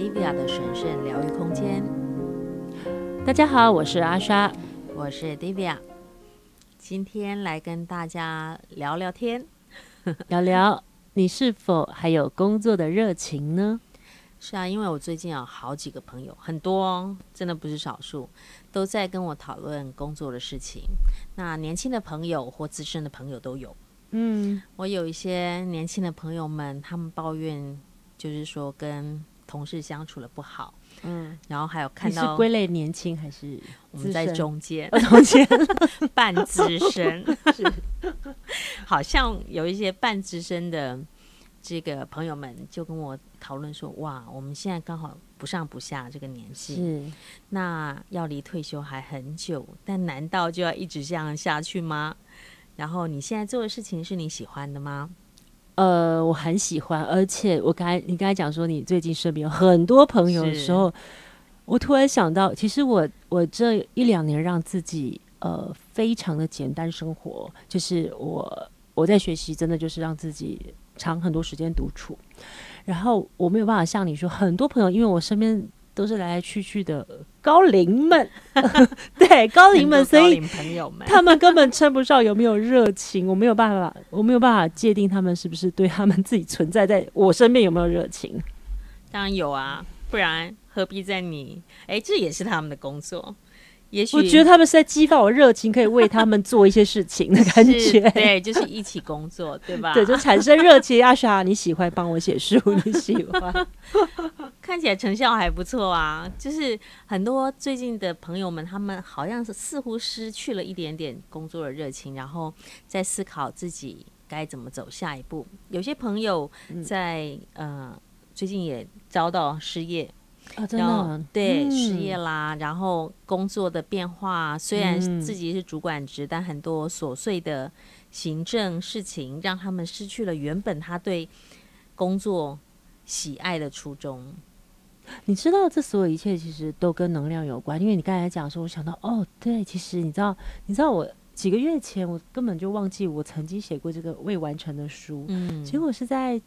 Divya 的神圣疗愈空间。 大家好，我是阿莎， 我是 Divya， 今天来跟大家聊聊天， 聊聊你是否还有工作的热情呢？ 是啊，因为我最近有好几个朋友，很多哦，真的不是少数，都在跟我讨论工作的事情。那年轻的朋友或资深的朋友都有。我有一些年轻的朋友们，他们抱怨，就是说跟同事相处的不好。然后还有看到， 你是归类年轻还是我们在中间，半资深， 是好像有一些半资深的这个朋友们就跟我讨论说，哇，我们现在刚好不上不下这个年纪， 是那要离退休还很久，但难道就要一直这样下去吗？然后你现在做的事情是你喜欢的吗？ 我很喜欢，而且你刚才讲说你最近身边有很多朋友的时候，我突然想到，其实我这1-2年让自己非常的简单生活，就是我在学习，真的就是让自己长很多时间独处，然后我没有办法像你说，很多朋友，因为我身边都是来来去去的高龄们，对高龄们，所以他们根本称不上有没有热情，我没有办法界定他们是不是对他们自己存在在我身边有没有热情。 当然有啊，不然何必在你这也是他们的工作。也许我觉得他们是在激发我热情，可以为他们做一些事情的感觉。 对，就是一起工作，对吧？ 对，就产生热情。阿莎，你喜欢帮我写书？你喜欢？ 看起来成效还不错啊。就是很多最近的朋友们，他们好像是似乎失去了一点点工作的热情，然后在思考自己该怎么走下一步。有些朋友在最近也遭到失业。 真的对，失业啦，然后工作的变化，虽然自己是主管职，但很多琐碎的行政事情让他们失去了原本他对工作喜爱的初衷。 你知道这所有一切其实都跟能量有关，因为你刚才讲说，我想到对，其实你知道我几个月前我根本就忘记我曾经写过这个未完成的书，结果是在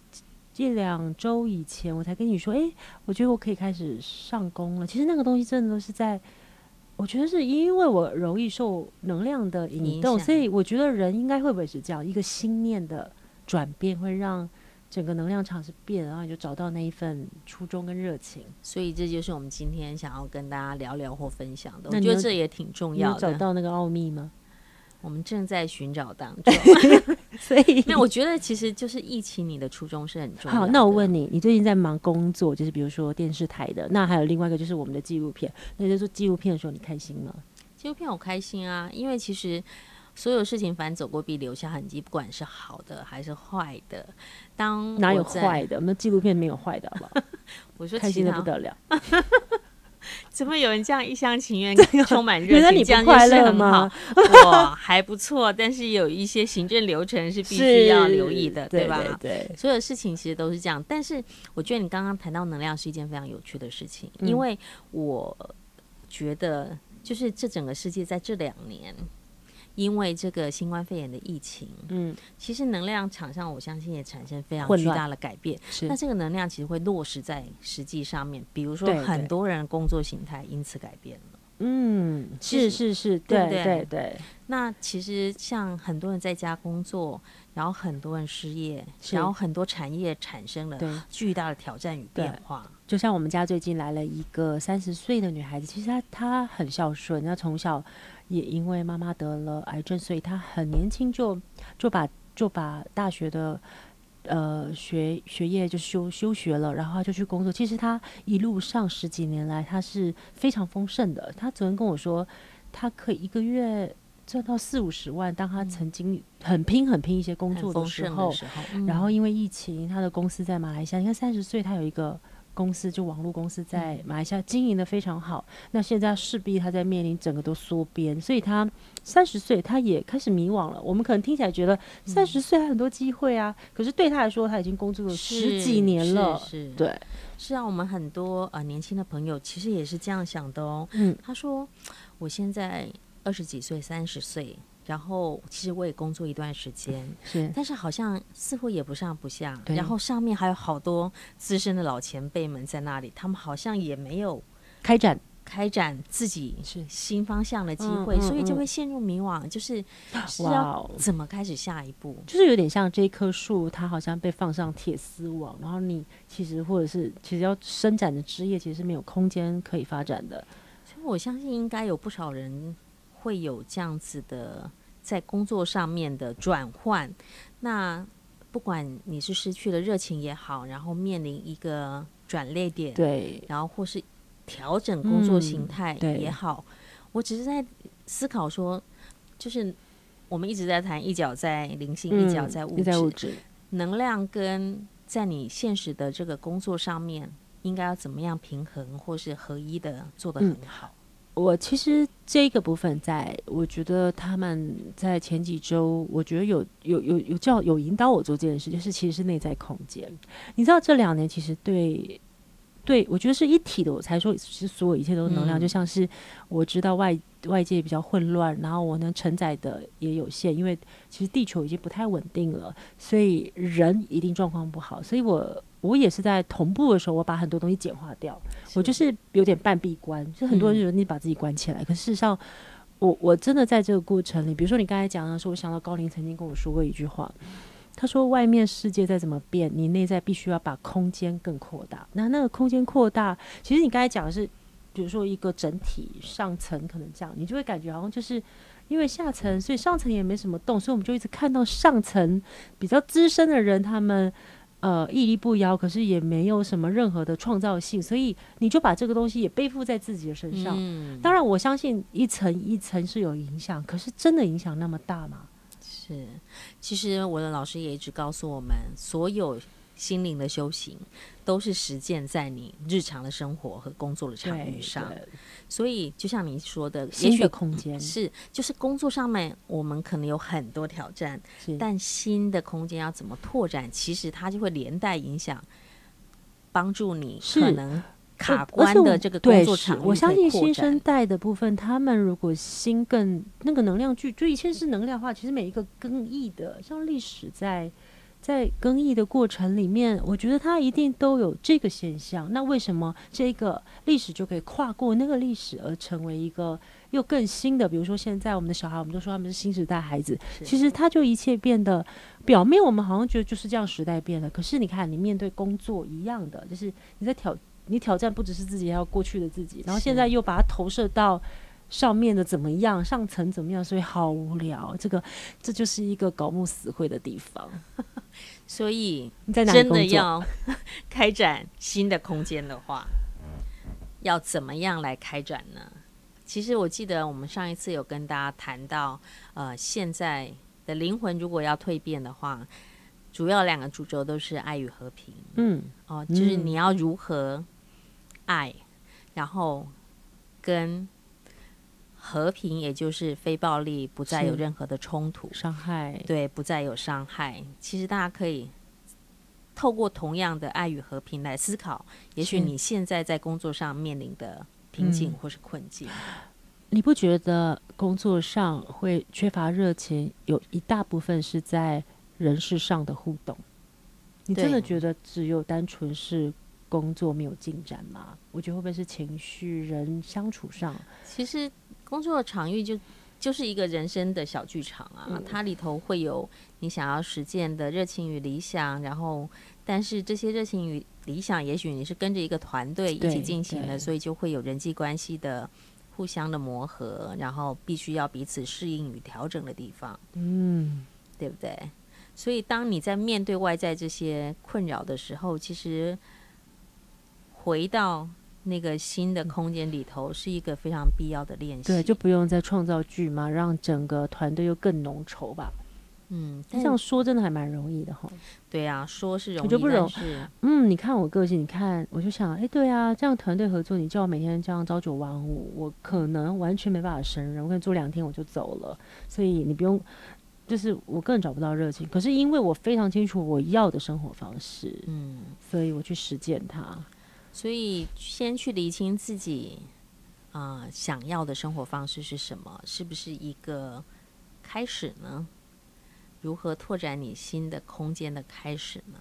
1-2周以前我才跟你说，我觉得我可以开始上工了。其实那个东西真的都是我觉得是因为我容易受能量的引动，所以我觉得人应该会不会是这样，一个心念的转变会让整个能量场是变，然后你就找到那一份初衷跟热情。所以这就是我们今天想要跟大家聊聊或分享的。我觉得这也挺重要的。 你有找到那个奥秘吗？ 我们正在寻找当中。 所以那我觉得其实就是忆起你的初衷是很重要的。 好，那我问你，你最近在忙工作，就是比如说电视台的，那还有另外一个就是我们的纪录片，那就是说纪录片的时候你开心吗？ 纪录片我开心啊，因为其实所有事情反走过必留下痕迹，不管是好的还是坏的。 哪有坏的？那纪录片没有坏的，好不好？ 我说开心的不得了。 怎么有人这样一厢情愿充满热情？ 你不快乐吗？ 我还不错，但是有一些行政流程是必须要留意的，对吧？ 对， 所有事情其实都是这样。但是我觉得你刚刚谈到能量是一件非常有趣的事情，因为我觉得就是这整个世界在这2年，因为这个新冠肺炎的疫情，其实能量场上我相信也产生非常巨大的改变。那这个能量其实会落实在实际上面，比如说很多人工作形态因此改变了。 是，对。 那其实像很多人在家工作，然后很多人失业，然后很多产业产生了巨大的挑战与变化。 就像我们家最近来了一个30岁的女孩子，其实她很孝顺，她从小也因为妈妈得了癌症，所以她很年轻就把大学的学业就休学了，然后他就去工作。其实他一路上10几年来，他是非常丰盛的。他昨天跟我说，他可以1个月赚到40-50万。当他曾经很拼一些工作的时候，然后因为疫情，他的公司在马来西亚。你看30岁，他有一个公司，就网络公司在马来西亚经营的非常好。那现在势必他在面临整个都缩编，所以他30岁他也开始迷惘了。我们可能听起来觉得30岁还很多机会啊，可是对他来说，他已经工作了10几年了。对， 是啊，我们很多年轻的朋友其实也是这样想的哦。他说我现在20几岁、30岁， 然后其实我也工作一段时间， 是， 但是好像似乎也不上不下， 对然后上面还有好多资深的老前辈们在那里，他们好像也没有开展自己是新方向的机会，所以就会陷入迷惘，就是要怎么开始下一步， 就是有点像这棵树，它好像被放上铁丝网，然后你其实或者是其实要伸展的枝叶，其实是没有空间可以发展的。 所以我相信应该有不少人会有这样子的在工作上面的转换。那不管你是失去了热情也好，然后面临一个转捩点， 对， 然后或是调整工作形态也好，我只是在思考说，就是我们一直在谈一脚在灵性，一脚在物质，能量跟在你现实的这个工作上面应该要怎么样平衡或是合一的做得很好。 我其实这个部分我觉得他们在前几周，我觉得有引导我做这件事，就是其实是内在空间。你知道这2年其实对，我觉得是一体的。我才说，其实所有一切都是能量，就像是我知道外界比较混乱，然后我能承载的也有限，因为其实地球已经不太稳定了，所以人一定状况不好，所以我也是在同步的时候，我把很多东西简化掉，我就是有点半闭关，就很多人觉得你把自己关起来，可事实上我真的在这个过程里，比如说你刚才讲的时候，我想到高龄曾经跟我说过一句话，他说外面世界再怎么变，你内在必须要把空间更扩大。那个空间扩大，其实你刚才讲的是比如说一个整体，上层可能这样，你就会感觉好像就是因为下层，所以上层也没什么动，所以我们就一直看到上层比较资深的人，他们屹立不摇，可是也没有什么任何的创造性，所以你就把这个东西也背负在自己的身上。当然我相信一层一层是有影响，可是真的影响那么大吗？ 是，其实我的老师也一直告诉我们，所有心灵的修行都是实践在你日常的生活和工作的场域上。所以就像你说的， 新的空间是，就是工作上面我们可能有很多挑战，但新的空间要怎么拓展，其实它就会连带影响，帮助你可能卡关的这个工作场域。 我相信新生代的部分，他们如果心更那个能量聚，就以前是能量化，其实每一个更易的，像历史在更易的过程里面，我觉得它一定都有这个现象。那为什么这个历史就可以跨过那个历史，而成为一个又更新的？比如说现在我们的小孩，我们都说他们是新时代孩子，其实他就一切变得表面我们好像觉得就是这样，时代变了。可是你看，你面对工作一样的，就是你挑战不只是自己，还有过去的自己，然后现在又把它投射到上面的怎么样，上层怎么样，所以好无聊。这就是一个搞木死会的地方。 所以真的要开展新的空间的话，要怎么样来开展呢？其实我记得我们上一次有跟大家谈到，现在的灵魂如果要蜕变的话，主要2个主轴都是爱与和平。就是你要如何爱，然后跟和平，也就是非暴力，不再有任何的冲突、 伤害， 对，不再有伤害。其实大家可以透过同样的爱与和平来思考，也许你现在在工作上面临的瓶颈或是困境。 你不觉得工作上会缺乏热情，有一大部分是在人事上的互动？你真的觉得只有单纯是工作没有进展吗？我觉得会不会是情绪、人相处上？ 其实工作的场域就是一个人生的小剧场啊，它里头会有你想要实践的热情与理想，然后但是这些热情与理想，也许你是跟着一个团队一起进行的，所以就会有人际关系的互相的磨合，然后必须要彼此适应与调整的地方，对不对？所以当你在面对外在这些困扰的时候，其实回到那个新的空间里头是一个非常必要的练习。 对，就不用再创造剧嘛，让整个团队又更浓稠吧。这样说真的还蛮容易的哈。 对啊，说是容易， 我就不容易。 你看我个性，你看我就想，对啊，这样团队合作，你叫我每天这样朝九晚五，我可能完全没办法胜任，我可能做2天我就走了。所以你不用，就是我个人找不到热情。可是因为我非常清楚我要的生活方式，所以我去实践它。 所以先去厘清自己想要的生活方式是什么，是不是一个开始呢？如何拓展你新的空间的开始呢？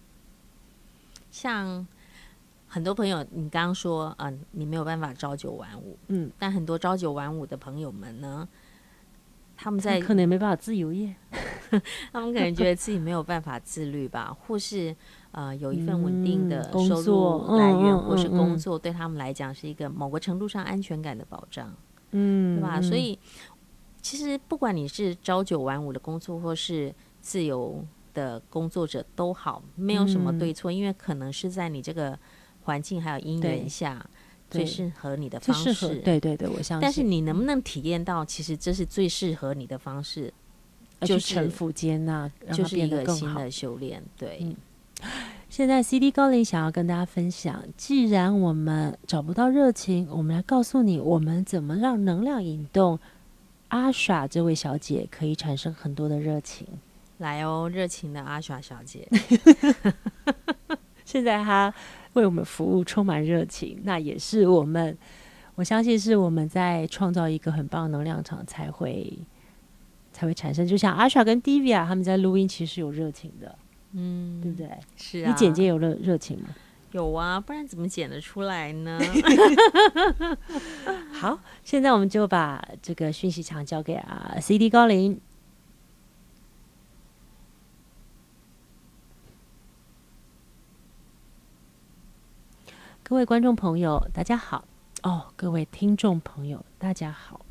像很多朋友，你刚刚说，你没有办法朝九晚五，但很多朝九晚五的朋友们呢，他们可能没办法自由业， 他们可能觉得自己没有办法自律吧，或是有一份稳定的收入来源，或是工作对他们来讲是一个某个程度上安全感的保障，对吧？所以其实不管你是朝九晚五的工作，或是自由的工作者都好，没有什么对错，因为可能是在你这个环境还有因缘下最适合你的方式。 对对对，我相信。 但是你能不能体验到，其实这是最适合你的方式， 就是臣服接纳， 就是一个新的修炼。对。 现在 CD 高龄想要跟大家分享，既然我们找不到热情，我们来告诉你，我们怎么让能量引动阿莎这位小姐可以产生很多的热情。 来哦，热情的阿莎小姐。 现在她为我们服务，充满热情，那也是我相信是我们在创造一个很棒的能量场才会产生。就像阿莎跟 Divya 他们在录音其实有热情的，对不对？ 是啊。 你剪接有热情吗？ 有啊，不然怎么剪得出来呢？ 好，现在我们就把这个讯息场交给CD 高龄。各位观众朋友大家好，各位听众朋友大家好。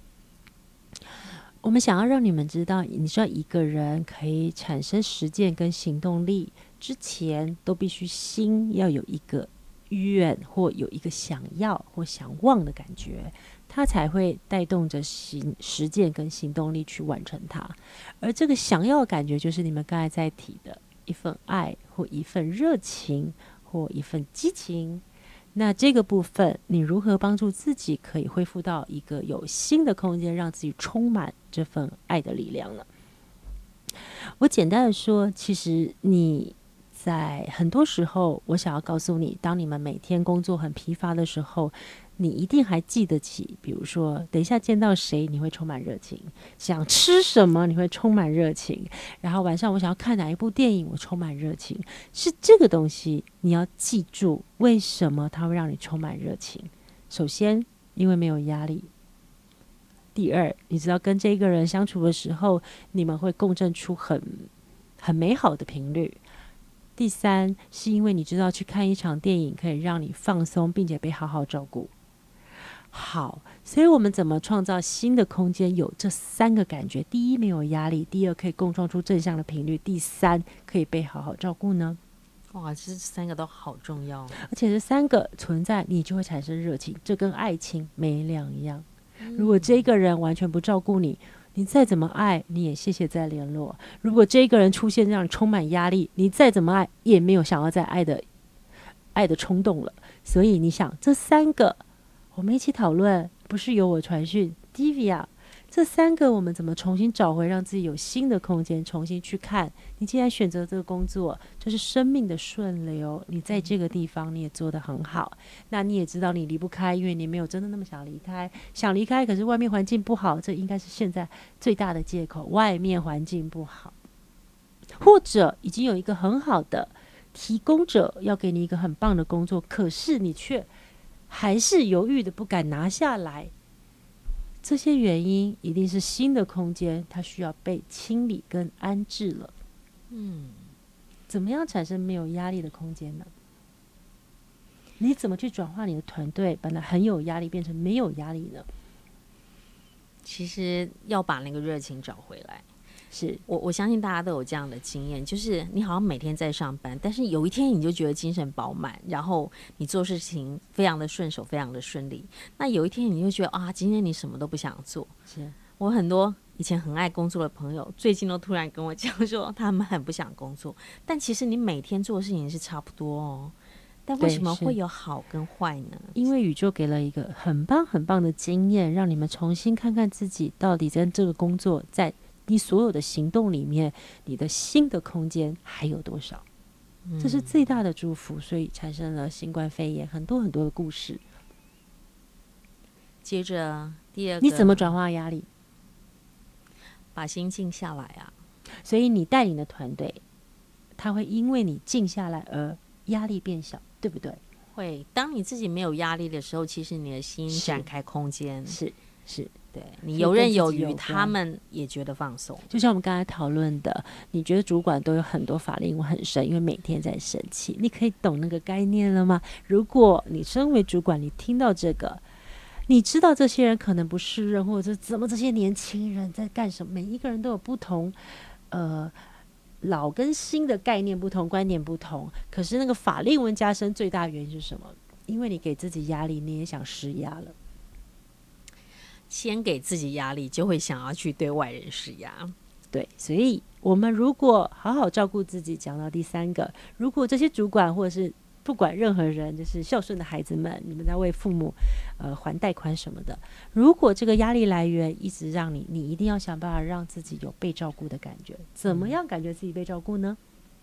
我们想要让你们知道，你知道一个人可以产生实践跟行动力之前，都必须心要有一个愿，或有一个想要或想望的感觉，它才会带动着实践跟行动力去完成它。而这个想要的感觉，就是你们刚才在提的一份爱，或一份热情，或一份激情。那这个部分，你如何帮助自己可以恢复到一个有新的空间，让自己充满这份爱的力量呢？我简单的说，其实你在很多时候，我想要告诉你，当你们每天工作很疲乏的时候，你一定还记得起，比如说等一下见到谁你会充满热情，想吃什么你会充满热情，然后晚上我想要看哪一部电影我充满热情，是这个东西你要记住为什么它会让你充满热情。首先因为没有压力，第二你知道跟这个人相处的时候你们会共振出很美好的频率，第三是因为你知道去看一场电影可以让你放松并且被好好照顾。好，所以我们怎么创造新的空间？有这三个感觉：第一，没有压力；第二，可以共创出正向的频率；第三，可以被好好照顾呢？ 哇，这三个都好重要， 而且这三个存在，你就会产生热情。这跟爱情没两样。如果这个人完全不照顾你，你再怎么爱，你也谢谢再联络。如果这个人出现让你充满压力，你再怎么爱，也没有想要再爱的冲动了。所以你想，这三个我们一起讨论，不是由我传讯 Divya， 这三个我们怎么重新找回，让自己有新的空间，重新去看。你既然选择这个工作，这是生命的顺流，你在这个地方你也做得很好，那你也知道你离不开，因为你没有真的那么想离开，想离开可是外面环境不好，这应该是现在最大的借口，外面环境不好，或者已经有一个很好的提供者要给你一个很棒的工作，可是你却还是犹豫的不敢拿下来，这些原因一定是新的空间它需要被清理跟安置了。怎么样产生没有压力的空间呢？你怎么去转化你的团队，把它很有压力变成没有压力呢？ 其实要把那个热情找回来。 是我相信大家都有这样的经验，就是你好像每天在上班，但是有一天你就觉得精神饱满，然后你做事情非常的顺手，非常的顺利。那有一天你就觉得今天你什么都不想做。 是我很多以前很爱工作的朋友，最近都突然跟我讲说他们很不想工作，但其实你每天做的事情是差不多哦。但为什么会有好跟坏呢？ 因为宇宙给了一个很棒很棒的经验，让你们重新看看自己到底在这个工作，在你所有的行动里面，你的新的空间还有多少？这是最大的祝福，所以产生了新冠肺炎很多很多的故事。 接着第二个， 你怎么转化压力？ 把心静下来啊。 所以你带领的团队，他会因为你静下来而压力变小，对不对？ 会，当你自己没有压力的时候，其实你的心展开空间， 是， 对，你游刃有余，他们也觉得放松。 就像我们刚才讨论的，你觉得主管都有很多法令纹很深，因为每天在生气，你可以懂那个概念了吗？如果你身为主管，你听到这个，你知道这些人可能不适任，或者是怎么这些年轻人在干什么，每一个人都有不同老跟新的概念不同，观念不同，可是那个法令纹加深最大原因是什么？因为你给自己压力，你也想施压了。 先给自己压力，就会想要去对外人施压。 对，所以我们如果好好照顾自己，讲到第三个，如果这些主管或者是不管任何人，就是孝顺的孩子们，你们在为父母还贷款什么的，如果这个压力来源一直让你一定要想办法让自己有被照顾的感觉。怎么样感觉自己被照顾呢？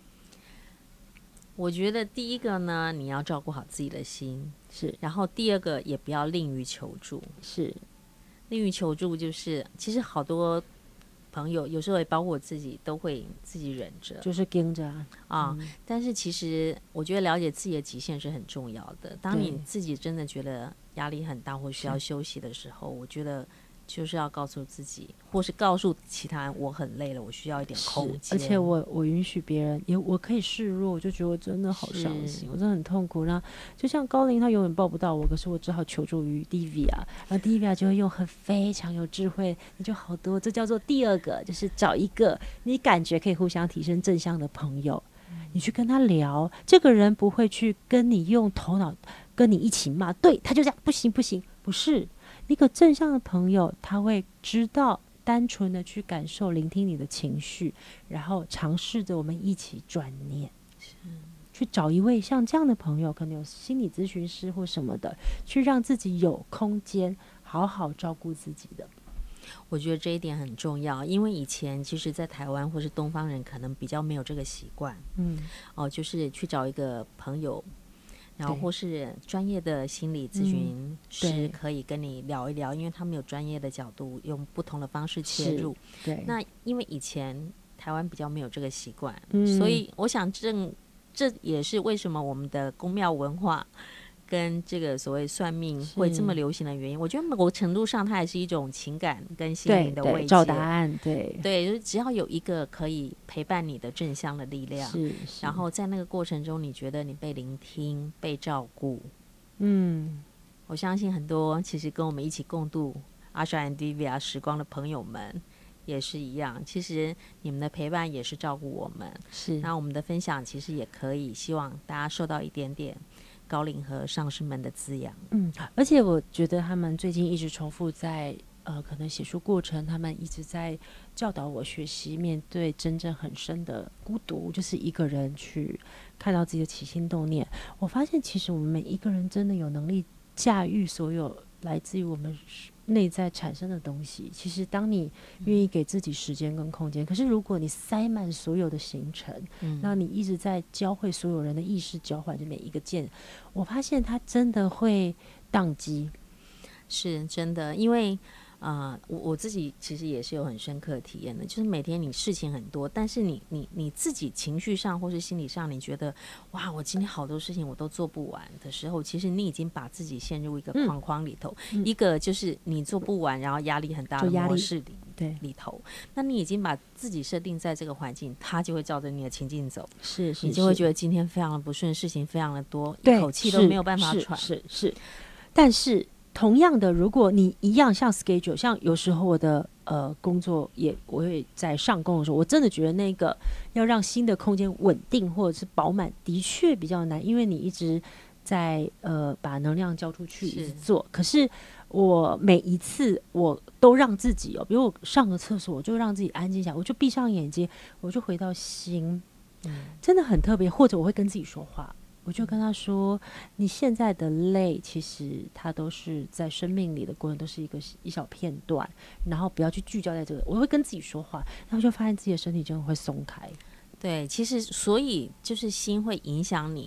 我觉得第一个呢，你要照顾好自己的心， 是。 然后第二个也不要吝于求助， 是。 吝于求助就是其实好多朋友有时候也包括我自己都会自己忍着， 就是盯着但是其实我觉得了解自己的极限是很重要的。当你自己真的觉得压力很大或需要休息的时候，我觉得就是要告诉自己，或是告诉其他人，我很累了，我需要一点空间。 而且我允许别人，也我可以示弱，我就觉得我真的好伤心，我真的很痛苦。然后就像高龄，他永远抱不到我，可是我只好求助于 Divya， 然后 Divya 就会用非常有智慧，你就好多，这叫做第二个，就是找一个你感觉可以互相提升正向的朋友，你去跟他聊，这个人不会去跟你用头脑跟你一起骂，对，他就这样不行不行，不是。一个正向的朋友，他会知道单纯的去感受聆听你的情绪，然后尝试着我们一起转念，去找一位像这样的朋友，可能有心理咨询师或什么的，去让自己有空间好好照顾自己的。 我觉得这一点很重要，因为以前其实在台湾或是东方人可能比较没有这个习惯，就是去找一个朋友，然后或是专业的心理咨询师可以跟你聊一聊，因为他们有专业的角度，用不同的方式切入。 对， 那因为以前台湾比较没有这个习惯，所以我想这也是为什么我们的宫庙文化跟这个所谓算命会这么流行的原因。我觉得某个程度上它也是一种情感跟心灵的慰藉， 找答案。对， 就是只要有一个可以陪伴你的正向的力量，然后在那个过程中你觉得你被聆听被照顾，我相信很多其实跟我们一起共度 Asha and Divya 时光的朋友们也是一样，其实你们的陪伴也是照顾我们，那我们的分享其实也可以希望大家受到一点点高龄和上师们的滋养。 而且我觉得他们最近一直重复在可能写书过程，他们一直在教导我学习面对真正很深的孤独，就是一个人去看到自己的起心动念。我发现其实我们每一个人真的有能力驾驭所有来自于我们内在产生的东西。其实当你愿意给自己时间跟空间，可是如果你塞满所有的行程，那你一直在教会所有人的意识交换，就每一个键，我发现它真的会宕机。 是真的，因为我自己其实也是有很深刻的体验的，就是每天你事情很多，但是你自己情绪上或是心理上，你觉得哇，我今天好多事情我都做不完的时候，其实你已经把自己陷入一个框框里头，一个就是你做不完，然后压力很大的模式里头，那你已经把自己设定在这个环境，它就会照着你的情境走，你就会觉得今天非常的不顺，事情非常的多，一口气都没有办法喘。 是，但是同样的，如果你一样像 schedule， 像有时候我的工作我会在上工的时候，我真的觉得那个要让新的空间稳定或者是饱满，的确比较难，因为你一直在把能量交出去，一直做。可是我每一次我都让自己比如我上个厕所，我就让自己安静下来，我就闭上眼睛，我就回到心，真的很特别。或者我会跟自己说话。我就跟他说，你现在的累其实它都是在生命里的过程，都是一小片段，然后不要去聚焦在这个。我会跟自己说话，然后就发现自己的身体真的会松开。 对，其实所以就是心会影响你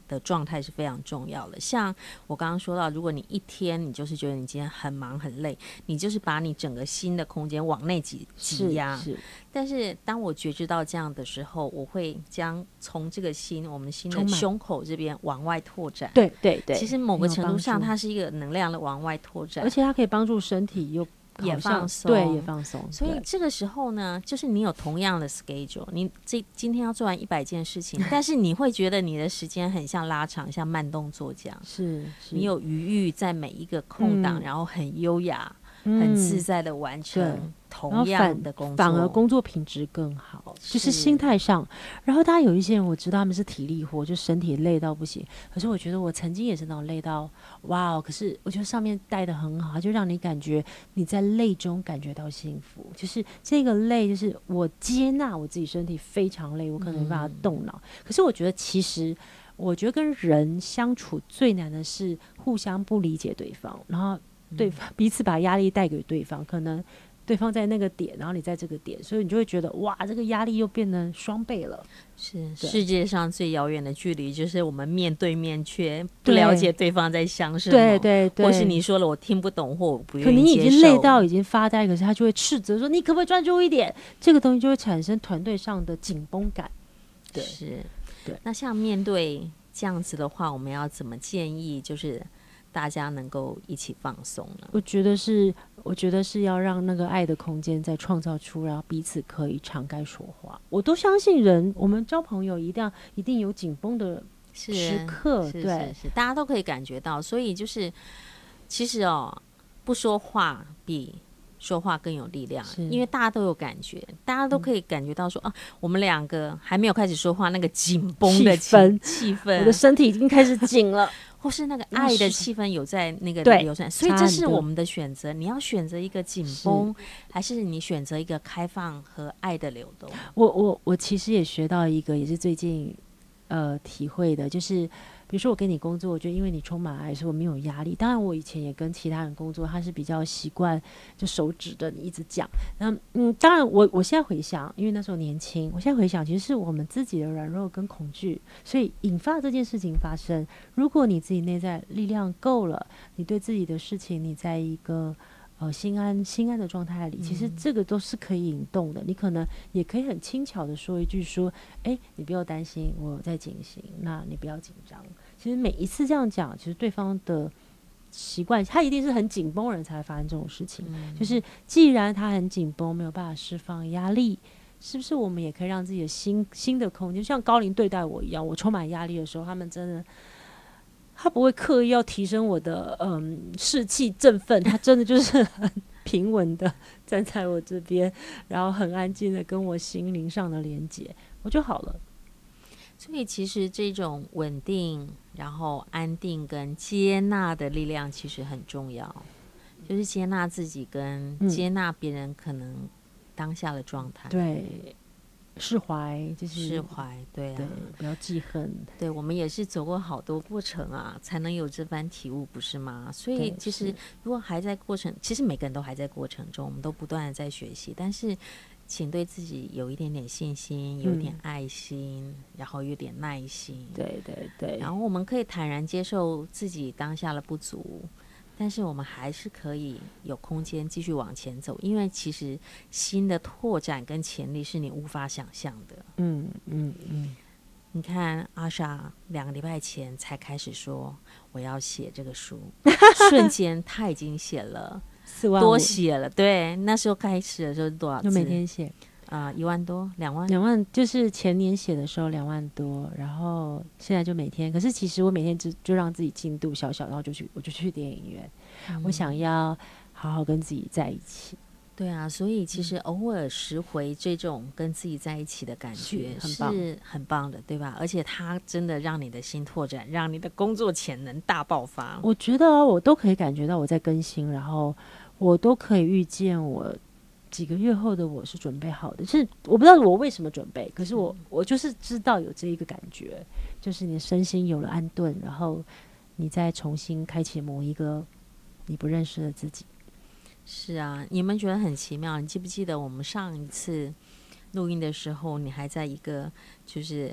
的状态是非常重要的。像我刚刚说到，如果你一天你就是觉得你今天很忙很累，你就是把你整个心的空间往内挤压。但是当我觉知到这样的时候，我会将从这个心，我们心的胸口这边往外拓展。 对对对， 其实某个程度上，它是一个能量的往外拓展， 而且它可以帮助身体又也放松， 对，也放松。 所以这个时候呢，就是你有同样的 schedule， 你今天要做完100件事情，但是你会觉得你的时间很像拉长，像慢动作这样。 是你有余裕在每一个空档，然后很优雅、很自在的完成同样的工作， 反而工作品质更好，就是心态上。然后大家有一些人我知道他们是体力活，就身体累到不行，可是我觉得我曾经也是那种累到哇，可是我觉得上面带的很好，就让你感觉你在累中感觉到幸福，就是这个累就是我接纳我自己身体非常累，我可能没办法动脑，可是我觉得其实我觉得跟人相处最难的是互相不理解对方，然后对方彼此把压力带给对方，可能对方在那个点，然后你在这个点，所以你就会觉得哇，这个压力又变成双倍了。 是世界上最遥远的距离，就是我们面对面却不了解对方在想什么， 对对对， 或是你说了我听不懂或我不愿意接受， 可你已经累到已经发呆，可是他就会斥责说你可不可以专注一点，这个东西就会产生团队上的紧绷感。 对，是，对。那像面对这样子的话，我们要怎么建议就是大家能够一起放松呢？ 我觉得是要让那个爱的空间再创造出，然后彼此可以敞开说话。我都相信人，我们交朋友一定有紧绷的时刻，对， 是大家都可以感觉到。所以就是其实不说话比说话更有力量，因为大家都有感觉，大家都可以感觉到说我们两个还没有开始说话，那个紧绷的气氛， 我的身体已经开始紧了。 或是那个爱的气氛有在那个流传，所以这是我们的选择。你要选择一个紧绷，还是你选择一个开放和爱的流动？ 我其实也学到一个，也是最近体会的，就是比如说我跟你工作，我觉得因为你充满爱，所以我没有压力。当然我以前也跟其他人工作，他是比较习惯就手指着你一直讲。当然我现在回想，因为那时候年轻，我现在回想其实是我们自己的软弱跟恐惧，所以引发这件事情发生。如果你自己内在力量够了，你对自己的事情你在一个心安的状态里，其实这个都是可以引动的。你可能也可以很轻巧的说一句说你不要担心，我在进行，那你不要紧张。其实每一次这样讲，其实对方的习惯，他一定是很紧绷人才会发生这种事情。就是既然他很紧绷，没有办法释放压力，是不是我们也可以让自己的新的空间，就像高龄对待我一样，我充满压力的时候，他们真的他不会刻意要提升我的士气振奋，他真的就是很平稳的站在我这边，然后很安静的跟我心灵上的连接，我就好了。 所以其实这种稳定然后安定跟接纳的力量其实很重要，就是接纳自己跟接纳别人可能当下的状态， 对，释怀，就是释怀，对啊， 对，不要记恨。 对，我们也是走过好多过程啊，才能有这番体悟，不是吗？所以其实如果还在过程，其实每个人都还在过程中，我们都不断的在学习，但是请对自己有一点点信心，有一点爱心，然后有点耐心， 对对对， 然后我们可以坦然接受自己当下的不足，但是我们还是可以有空间继续往前走，因为其实新的拓展跟潜力是你无法想象的。你看阿莎2个礼拜前才开始说我要写这个书，瞬间他已经写了 4万5， 多写了。对，那时候开始的时候多少字？ 就每天写 1万多 2万，就是前年写的时候2万多，然后现在就每天。可是其实我每天就让自己进度小小，然后我就去电影院，我想要好好跟自己在一起。 对啊，所以其实偶尔拾回这种跟自己在一起的感觉是很棒的，对吧？而且它真的让你的心拓展，让你的工作潜能大爆发。 我觉得我都可以感觉到我在更新，然后我都可以预见我几个月后的我是准备好的。是我不知道我为什么准备，可是我就是知道有这一个感觉，就是你的身心有了安顿，然后你再重新开启某一个你不认识的自己。 是啊，你们觉得很奇妙？你记不记得我们上一次录音的时候，你还在一个就是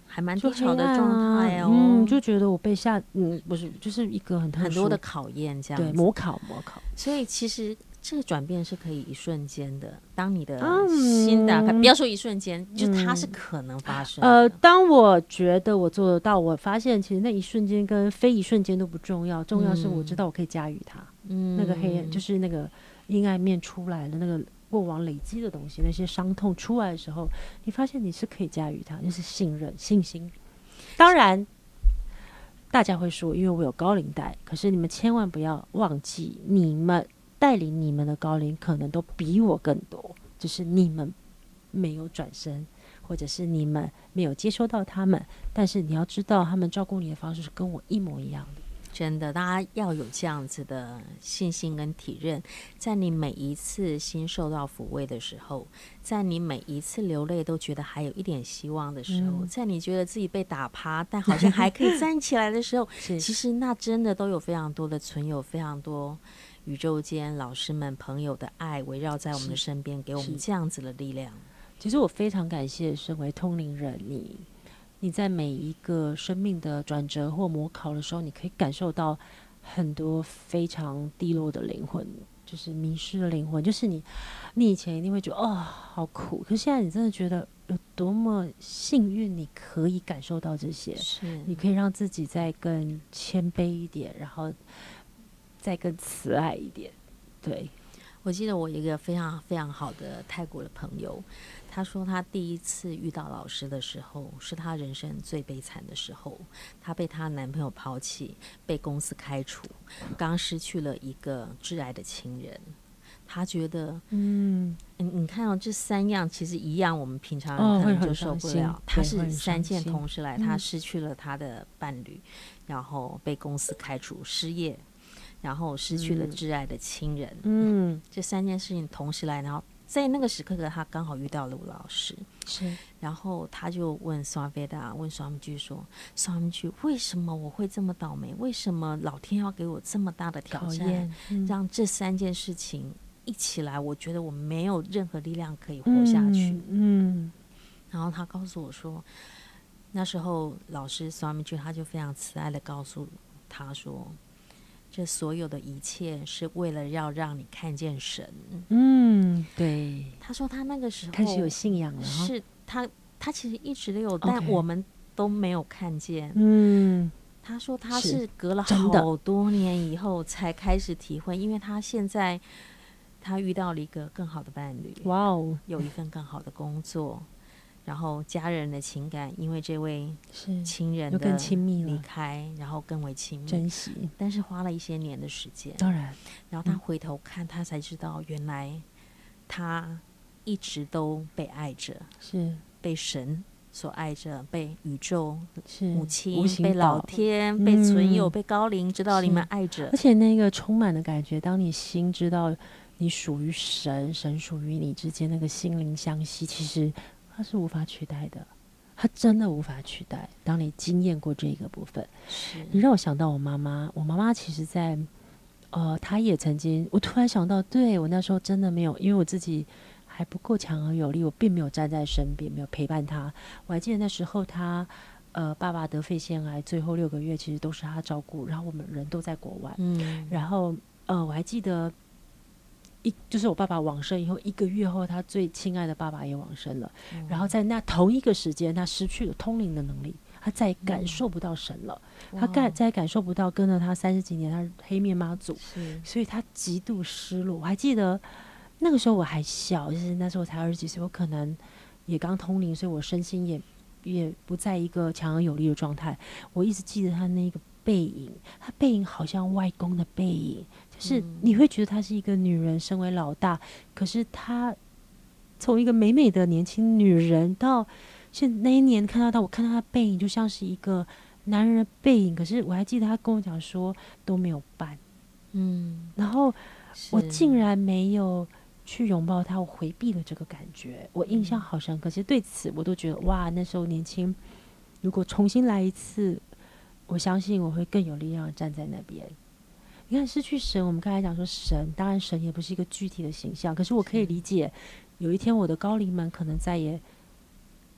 还蛮就低潮的状态就觉得我被不是，就是一个很特殊很多的考验这样子， 对，模考。 所以其实这个转变是可以一瞬间的，当你的心打开，不要说一瞬间，就它是可能发生的。 当我觉得我做得到，我发现其实那一瞬间跟非一瞬间都不重要，重要是我知道我可以驾驭它。那个黑暗就是那个阴暗面出来的那个过往累积的东西，那些伤痛出来的时候，你发现你是可以驾驭它，就是信任、信心。当然，大家会说，因为我有高龄带，可是你们千万不要忘记，你们带领你们的高龄可能都比我更多，就是你们没有转身，或者是你们没有接收到他们，但是你要知道，他们照顾你的方式是跟我一模一样的。 真的，大家要有这样子的信心跟体认，在你每一次心受到抚慰的时候，在你每一次流泪都觉得还有一点希望的时候，在你觉得自己被打趴但好像还可以站起来的时候其实那真的都有非常多的存有，非常多宇宙间老师们朋友的爱围绕在我们的身边，给我们这样子的力量。 其实我非常感谢身为通灵人，你在每一个生命的转折或模考的时候，你可以感受到很多非常低落的灵魂，就是迷失的灵魂。就是你以前一定会觉得好苦，可是现在你真的觉得有多么幸运，你可以感受到这些，你可以让自己再更谦卑一点，然后再更慈爱一点。对， 我记得我一个非常非常好的泰国的朋友，他说他第一次遇到老师的时候是他人生最悲惨的时候，他被她男朋友抛弃，被公司开除，刚失去了一个挚爱的亲人。他觉得你看这三样其实一样，我们平常人可能就受不了，他是三件同时来，他失去了他的伴侣，然后被公司开除，失业，然后失去了挚爱的亲人，这三件事情同时来，然后在那个时刻他刚好遇到了吴老师，然后他就问swami Veda，问swami说，swami为什么我会这么倒霉？为什么老天要给我这么大的挑战，让这三件事情一起来？我觉得我没有任何力量可以活下去。然后他告诉我说，那时候老师swami他就非常慈爱的告诉他说，这所有的一切是为了要让你看见神。 对。 他说他那个时候开始有信仰了， 是他其实一直都有，但我们都没有看见。他说他是隔了好多年以后才开始体会，因为他现在他遇到了一个更好的伴侣，有一份更好的工作，然后家人的情感因为这位亲人的更亲密离开，然后更为亲密， 珍惜， 但是花了一些年的时间。 当然， 然后他回头看，他才知道原来他一直都被爱着， 是被神所爱着，被宇宙母亲、 被老天、被存有、被高龄知道你们爱着。 而且那个充满的感觉，当你心知道你属于神，神属于你之间那个心灵相吸，其实它是无法取代的，它真的无法取代。当你经验过这个部分，你让我想到我妈妈。我妈妈其实在她也曾经，我突然想到，对，我那时候真的没有，因为我自己还不够强而有力，我并没有站在身边，没有陪伴她。我还记得那时候她爸爸得肺腺癌，最后6个月其实都是她照顾，然后我们人都在国外。然后我还记得就是我爸爸往生以后1个月后，他最亲爱的爸爸也往生了。然后在那同一个时间，他失去了通灵的能力，他再也感受不到神了，他再也感受不到跟了他30几年他黑面妈祖，所以他极度失落。我还记得那个时候我还小，就是那时候才20几岁，我可能也刚通灵，所以我身心也不在一个强而有力的状态。我一直记得他那个背影，他背影好像外公的背影，就是你会觉得她是一个女人，身为老大，可是她从一个美美的年轻女人到那一年看到我看到她背影就像是一个男人的背影，可是我还记得她跟我讲说都没有伴。然后我竟然没有去拥抱她，我回避了这个感觉，我印象好深刻。其实对此我都觉得哇，那时候年轻，如果重新来一次，我相信我会更有力量站在那边。你看失去神，我们刚才讲说神，当然神也不是一个具体的形象，可是我可以理解有一天我的高龄们可能再也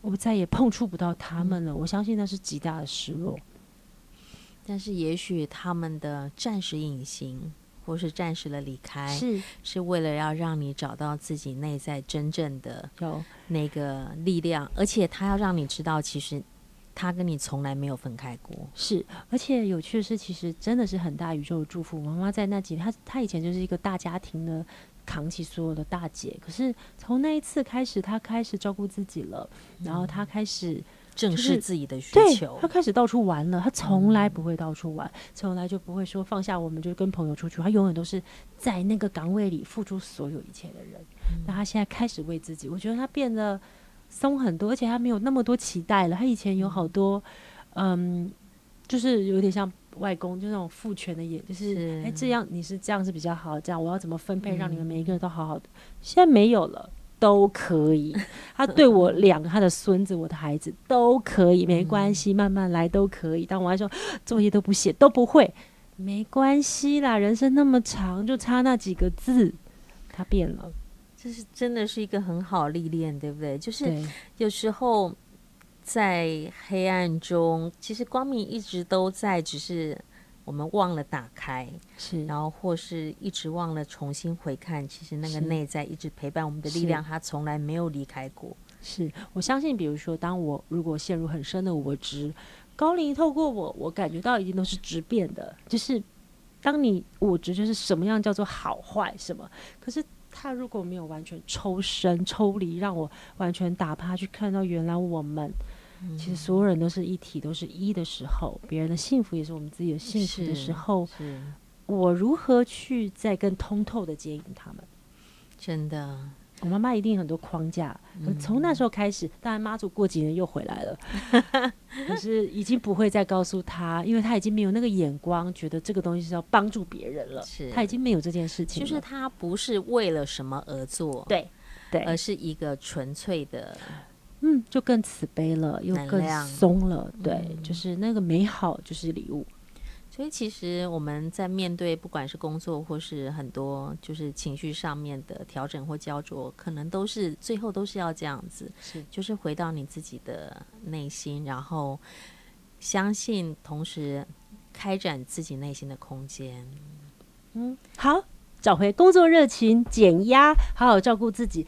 我再也碰触不到他们了，我相信那是极大的失落。 但是也许他们的暂时隐形或是暂时的离开，是为了要让你找到自己内在真正的那个力量，而且他要让你知道，其实他跟你从来没有分开过。 是，而且有趣的是，其实真的是很大宇宙的祝福。妈妈在那几年，她以前就是一个大家庭的，扛起所有的大姐。可是从那一次开始，她开始照顾自己了，然后她开始正视自己的需求。 她开始到处玩了。她从来不会到处玩，从来就不会说放下我们就跟朋友出去。她永远都是在那个岗位里付出所有一切的人。那她现在开始为自己，我觉得她变得松很多，而且她没有那么多期待了。她以前有好多，就是有点像外公，就那种父权的，也就是这样你是这样是比较好，这样我要怎么分配，让你们每一个人都好好的。现在没有了，都可以。他对我2个，他的孙子，我的孩子都可以，没关系，慢慢来都可以。当我还说作业都不写，都不会，没关系啦，人生那么长，就差那几个字。他变了， 这是真的是一个很好历练，对不对？就是有时候在黑暗中，其实光明一直都在，只是我们忘了打开，然后或是一直忘了重新回看，其实那个内在一直陪伴我们的力量，它从来没有离开过。 是我相信，比如说，当我如果陷入很深的我执，高龄透过我感觉到一定都是质变的，就是当你我执就是什么样叫做好坏什么，可是他如果没有完全抽身抽离，让我完全打趴去看到原来我们其实所有人都是一体，都是一的时候，别人的幸福也是我们自己的幸福的时候，我如何去再更通透的接引他们？ 真的， 我妈妈一定很多框架，从那时候开始，当然妈祖过几年又回来了，可是已经不会再告诉他，因为他已经没有那个眼光，觉得这个东西是要帮助别人了，他已经没有这件事情了， 就是他不是为了什么而做， 对， 而是一个纯粹的。 就更慈悲了，又更松了，对，就是那个美好就是礼物。 所以其实我们在面对不管是工作或是很多就是情绪上面的调整或焦灼，可能都是最后都是要这样子，就是回到你自己的内心，然后相信，同时开展自己内心的空间。 好，找回工作热情，减压，好好照顾自己，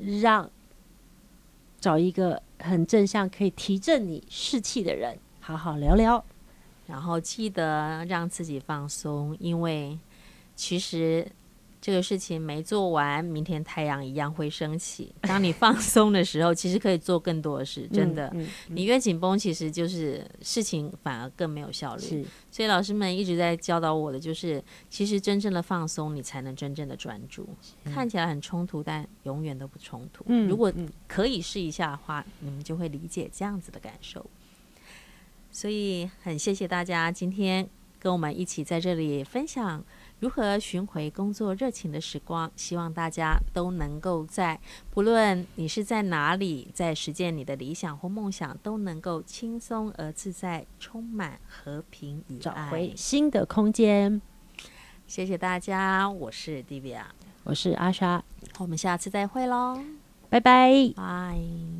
找一个很正向可以提振你士气的人好好聊聊， 然后记得让自己放松，因为其实这个事情没做完，明天太阳一样会升起。当你放松的时候，其实可以做更多的事，真的。你越紧绷，其实就是事情反而更没有效率。所以老师们一直在教导我的就是，其实真正的放松，你才能真正的专注。看起来很冲突，但永远都不冲突。如果可以试一下的话，你们就会理解这样子的感受。所以很谢谢大家今天跟我们一起在这里分享如何寻回工作热情的时光，希望大家都能够不论你是在哪里，在实践你的理想或梦想，都能够轻松而自在，充满和平与爱， 找回新的空间。 谢谢大家，我是 Divya， 我是阿莎， 我们下次再会咯， 拜拜， 拜。